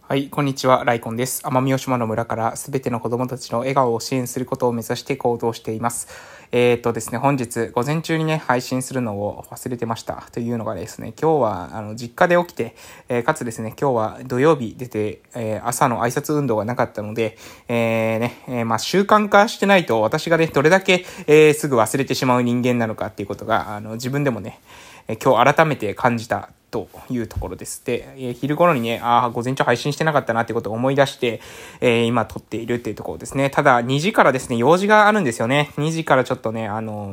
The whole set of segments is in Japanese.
はい、こんにちは、ライコンです。奄美大島の村からすべての子供たちの笑顔を支援することを目指して行動しています。ですね、本日午前中にね、配信するのを忘れてました。というのがですね、今日は実家で起きて、かつですね、今日は土曜日出て、朝の挨拶運動がなかったので、習慣化してないと私がね、どれだけ、すぐ忘れてしまう人間なのかっていうことが、自分でもね、今日改めて感じたというところです。で、昼頃にね、午前中配信してなかったなってことを思い出して、今撮っているっていうところですね。ただ、2時からですね、用事があるんですよね。2時からちょっとね、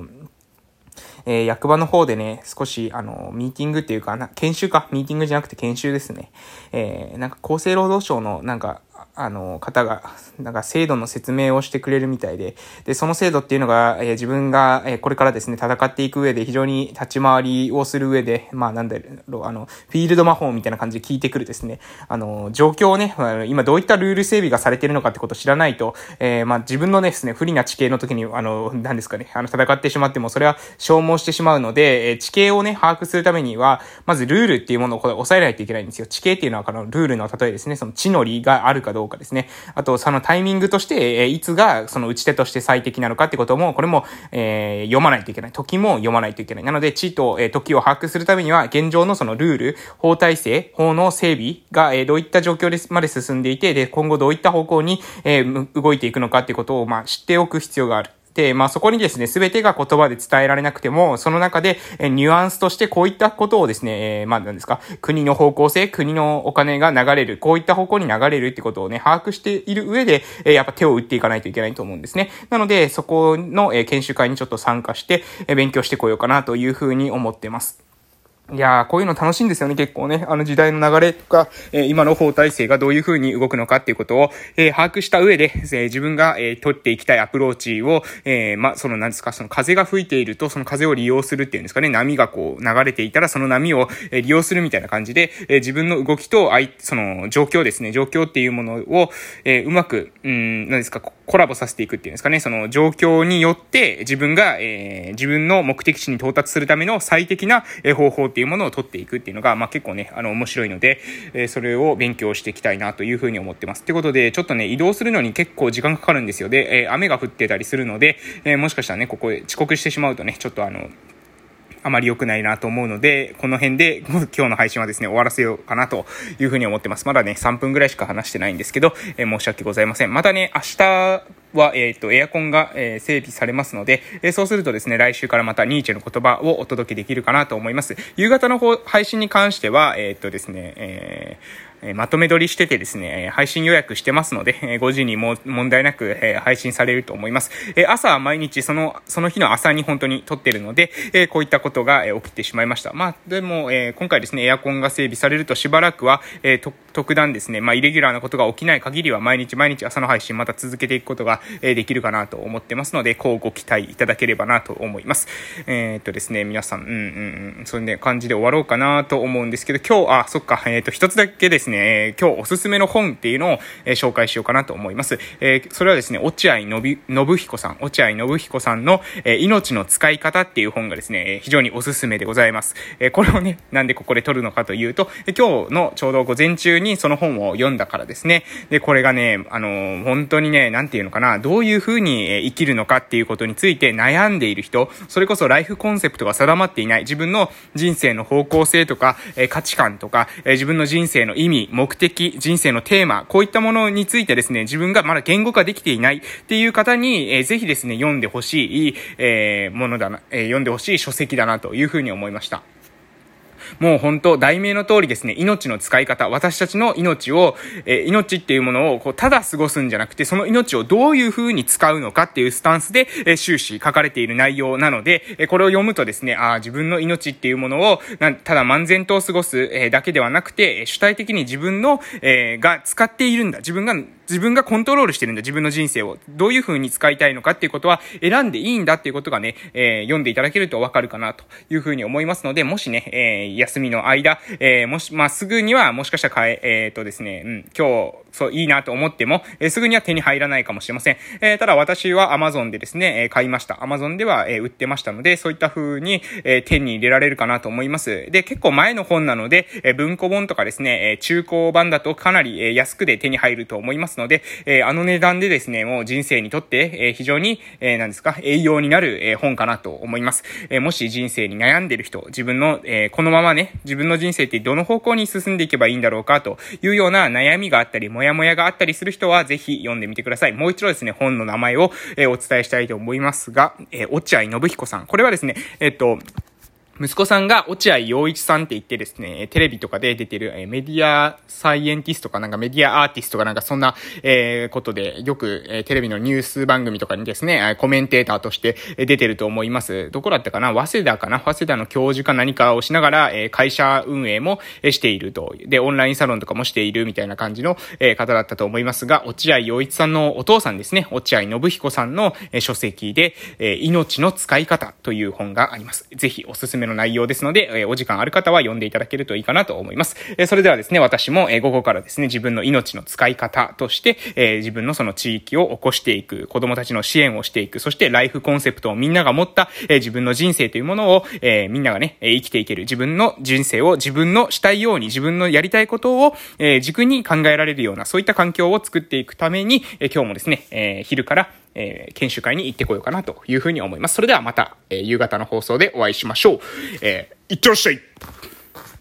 役場の方でね、少し、ミーティングっていうか研修か、ミーティングじゃなくて研修ですね。厚生労働省の方が、制度の説明をしてくれるみたいで、その制度っていうのが、自分が、これからですね、戦っていく上で非常に立ち回りをする上で、フィールド魔法みたいな感じで聞いてくるですね、状況をね、今どういったルール整備がされているのかってことを知らないと、自分のですね、不利な地形の時に、戦ってしまっても、それは消耗してしまうので、地形をね、把握するためには、まずルールっていうものを抑えないといけないんですよ。地形っていうのは、ルールの例えですね、その地の利があるかどうかですね。あと、そのタイミングとして、いつがその打ち手として最適なのかってことも、これも、読まないといけない。時も読まないといけない。なので、地と、時を把握するためには、現状のそのルール、法体制、法の整備が、どういった状況まで進んでいて、で、今後どういった方向に、動いていくのかっていうことを、知っておく必要がある。で、そこにですね、すべてが言葉で伝えられなくても、その中で、ニュアンスとしてこういったことをですね、国の方向性、国のお金が流れる、こういった方向に流れるってことをね、把握している上で、やっぱ手を打っていかないといけないと思うんですね。なので、そこの、研修会にちょっと参加して、勉強してこようかなというふうに思ってます。いやー、こういうの楽しいんですよね、結構ね。時代の流れとか、今の法体制がどういう風に動くのかっていうことを、把握した上で、自分が、取っていきたいアプローチを、その風が吹いていると、その風を利用するっていうんですかね、波がこう流れていたら、その波を、利用するみたいな感じで、自分の動きと、その状況ですね、状況っていうものを、うまく、コラボさせていくっていうんですかね、その状況によって、自分が、自分の目的地に到達するための最適な、方法っていうものを取っていくっていうのが、結構ね、面白いので、それを勉強していきたいなというふうに思ってます。ってことで、ちょっとね、移動するのに結構時間かかるんですよ。で、雨が降ってたりするので、もしかしたらね、ここで遅刻してしまうとね、ちょっとあまり良くないなと思うので、この辺で今日の配信はですね、終わらせようかなというふうに思ってます。まだね、3分ぐらいしか話してないんですけど、申し訳ございません。またね、明日は、エアコンが、整備されますので、そうするとですね、来週からまたニーチェの言葉をお届けできるかなと思います。夕方の配信に関しては、ですね、まとめ撮りしててですね、配信予約してますので、5時にも問題なく、配信されると思います。朝は毎日その日の朝に本当に撮ってるので、こういったことが、起きてしまいました。でも、今回ですね、エアコンが整備されるとしばらくは、特段ですね、イレギュラーなことが起きない限りは毎日朝の配信また続けていくことが、できるかなと思ってますので、こうご期待いただければなと思います。ですね、皆さん、そんな感じで終わろうかなと思うんですけど、今日、一つだけですね、今日おすすめの本っていうのを、紹介しようかなと思います。それはですね、落合信彦さんの、命の使い方っていう本がですね、非常におすすめでございます。これをね、なんでここで撮るのかというと、今日のちょうど午前中にその本を読んだからですね。で、これがね、本当にね、どういう風に生きるのかっていうことについて悩んでいる人、それこそライフコンセプトが定まっていない、自分の人生の方向性とか、価値観とか、自分の人生の意味、目的、人生のテーマ、こういったものについてですね、自分がまだ言語化できていないっていう方に、ぜひですね、読んでほしい、読んでほしい書籍だなという風に思いました。もう本当題名の通りですね、命の使い方、私たちの命を、命っていうものをただ過ごすんじゃなくて、その命をどういう風に使うのかっていうスタンスで、終始書かれている内容なので、これを読むとですね、自分の命っていうものをただ漫然と過ごす、だけではなくて、主体的に自分の、が使っているんだ、自分が自分がコントロールしてるんだ、自分の人生を。どういう風に使いたいのかっていうことは選んでいいんだっていうことがね、読んでいただけるとわかるかなという風に思いますので、もしね、休みの間、すぐにはもしかしたらですね、今日、そういいなと思っても、すぐには手に入らないかもしれません。ただ私は Amazon でですね、買いました。Amazon では、売ってましたので、そういった風に、手に入れられるかなと思います。で、結構前の本なので、文庫本とかですね、中古版だとかなり、安くで手に入ると思いますので、あの値段でですね、もう人生にとって、非常に、何ですか、栄養になる、本かなと思います。もし人生に悩んでる人、自分の、このままね、自分の人生ってどの方向に進んでいけばいいんだろうかというような悩みがあったり、もやもやがあったりする人はぜひ読んでみてください。もう一度ですね、本の名前を、お伝えしたいと思いますが、落合信彦さん。これはですね、息子さんが落合陽一さんって言ってですね、テレビとかで出てる、メディアサイエンティストかなんかメディアアーティストかなんかそんな、ことでよく、テレビのニュース番組とかにですね、コメンテーターとして出てると思います。どこだったかな、早稲田の教授か何かをしながら、会社運営もしていると。で、オンラインサロンとかもしているみたいな感じの、方だったと思いますが、落合陽一さんのお父さんですね、落合信彦さんの、書籍で、命の使い方という本があります。ぜひおすすめの内容ですので、お時間ある方は読んでいただけるといいかなと思います。それではですね、私も、午後からですね、自分の命の使い方として、自分のその地域を起こしていく、子供たちの支援をしていく、そしてライフコンセプトをみんなが持った、自分の人生というものを、みんながね、生きていける、自分の人生を自分のしたいように、自分のやりたいことを、軸に考えられるような、そういった環境を作っていくために、今日もですね、昼から研修会に行ってこようかなというふうに思います。それではまた、夕方の放送でお会いしましょう。いってらっしゃい。